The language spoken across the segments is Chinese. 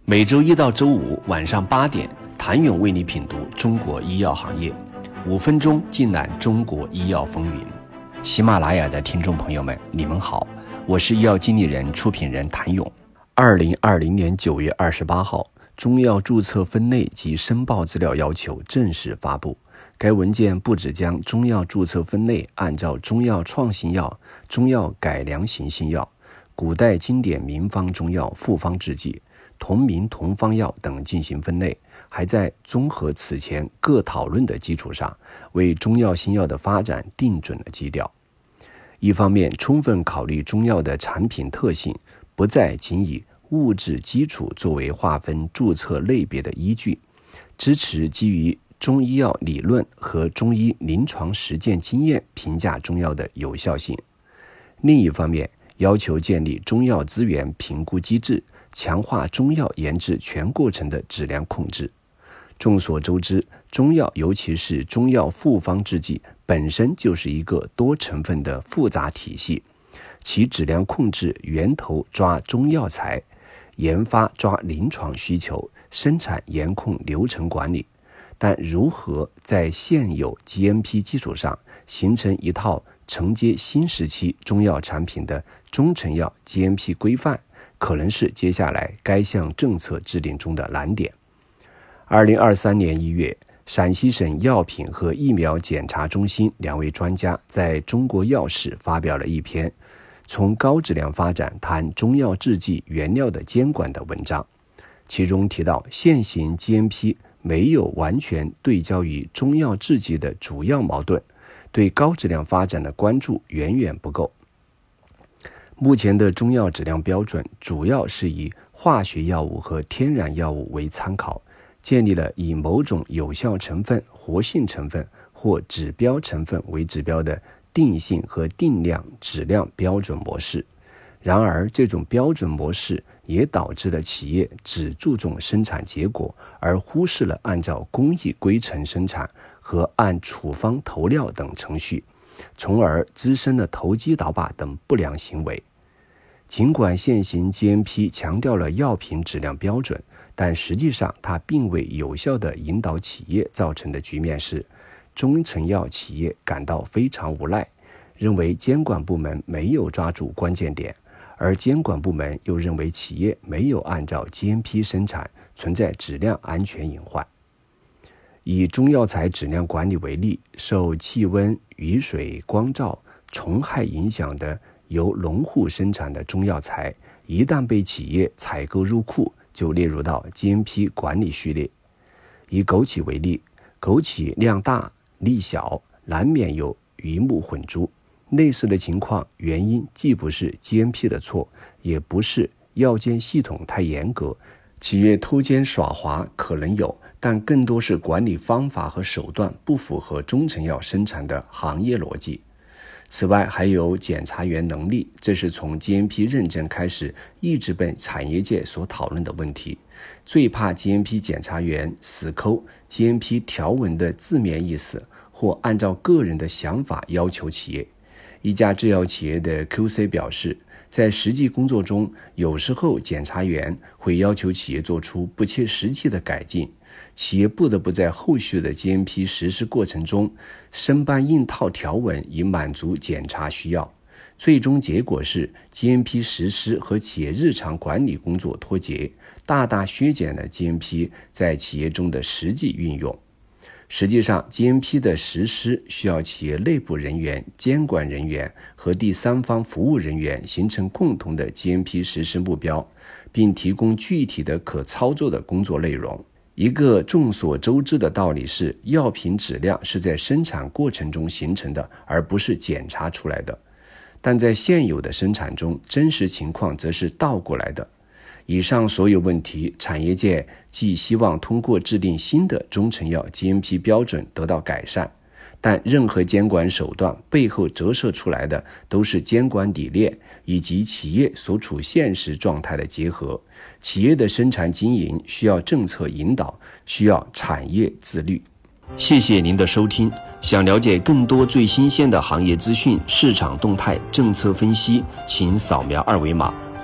每周一到周五晚上8点，谭勇为你品读中国医药行业，5分钟尽览中国医药风云。喜马拉雅的听众朋友们，你们好，我是医药经理人、出品人谭勇。2020年9月28号，中药注册分类及申报资料要求正式发布。该文件不只将中药注册分类按照中药创新药、中药改良型新药、古代经典名方中药复方制剂、同名同方药等进行分类，还在综合此前各讨论的基础上，为中药新药的发展定准了基调。一方面，充分考虑中药的产品特性，不再仅以物质基础作为划分注册类别的依据，支持基于中医药理论和中医临床实践经验评价中药的有效性。另一方面，要求建立中药资源评估机制，强化中药研制全过程的质量控制。众所周知，中药尤其是中药复方制剂本身就是一个多成分的复杂体系，其质量控制源头抓中药材，研发抓临床需求，生产严控流程管理。但如何在现有 GMP 基础上形成一套承接新时期中药产品的中成药 GMP 规范，可能是接下来该项政策制定中的难点。2023年1月，陕西省药品和疫苗检查中心2位专家在中国药史发表了一篇从高质量发展谈中药制剂原料的监管的文章，其中提到现行 GMP 没有完全对焦于中药制剂的主要矛盾，对高质量发展的关注远远不够。目前的中药质量标准主要是以化学药物和天然药物为参考，建立了以某种有效成分、活性成分或指标成分为指标的定性和定量质量标准模式。然而，这种标准模式也导致了企业只注重生产结果，而忽视了按照工艺规程生产和按处方投料等程序，从而滋生了投机倒把等不良行为。尽管现行 GMP 强调了药品质量标准，但实际上它并未有效地引导企业，造成的局面是，中成药企业感到非常无奈，认为监管部门没有抓住关键点，而监管部门又认为企业没有按照 GMP 生产，存在质量安全隐患。以中药材质量管理为例，受气温、雨水、光照、虫害影响的由农户生产的中药材，一旦被企业采购入库，就列入到 GMP 管理序列。以枸杞为例，枸杞量大粒小，难免有鱼目混珠。类似的情况，原因既不是 GMP 的错，也不是药监系统太严格，企业偷奸耍滑可能有，但更多是管理方法和手段不符合中成药生产的行业逻辑。此外，还有检查员能力，这是从 GMP 认证开始一直被产业界所讨论的问题。最怕 GMP 检查员死抠 GMP 条文的字面意思，或按照个人的想法要求企业。一家制药企业的 QC 表示，在实际工作中，有时候检查员会要求企业做出不切实际的改进，企业不得不在后续的 GMP 实施过程中生搬硬套条文，以满足检查需要。最终结果是 GMP 实施和企业日常管理工作脱节，大大削减了 GMP 在企业中的实际运用。实际上 GMP 的实施需要企业内部人员、监管人员和第三方服务人员形成共同的 GMP 实施目标，并提供具体的可操作的工作内容。一个众所周知的道理是，药品质量是在生产过程中形成的，而不是检查出来的。但在现有的生产中，真实情况则是倒过来的。以上所有问题，产业界既希望通过制定新的中成药 GMP 标准得到改善，但任何监管手段背后折射出来的都是监管理念以及企业所处现实状态的结合。企业的生产经营需要政策引导，需要产业自律。谢谢您的收听。想了解更多最新鲜的行业资讯、市场动态、政策分析，请扫描2维码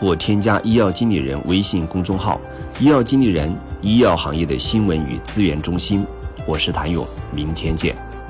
或添加医药经理人微信公众号医药经理人，医药行业的新闻与资源中心。我是谭勇，明天见。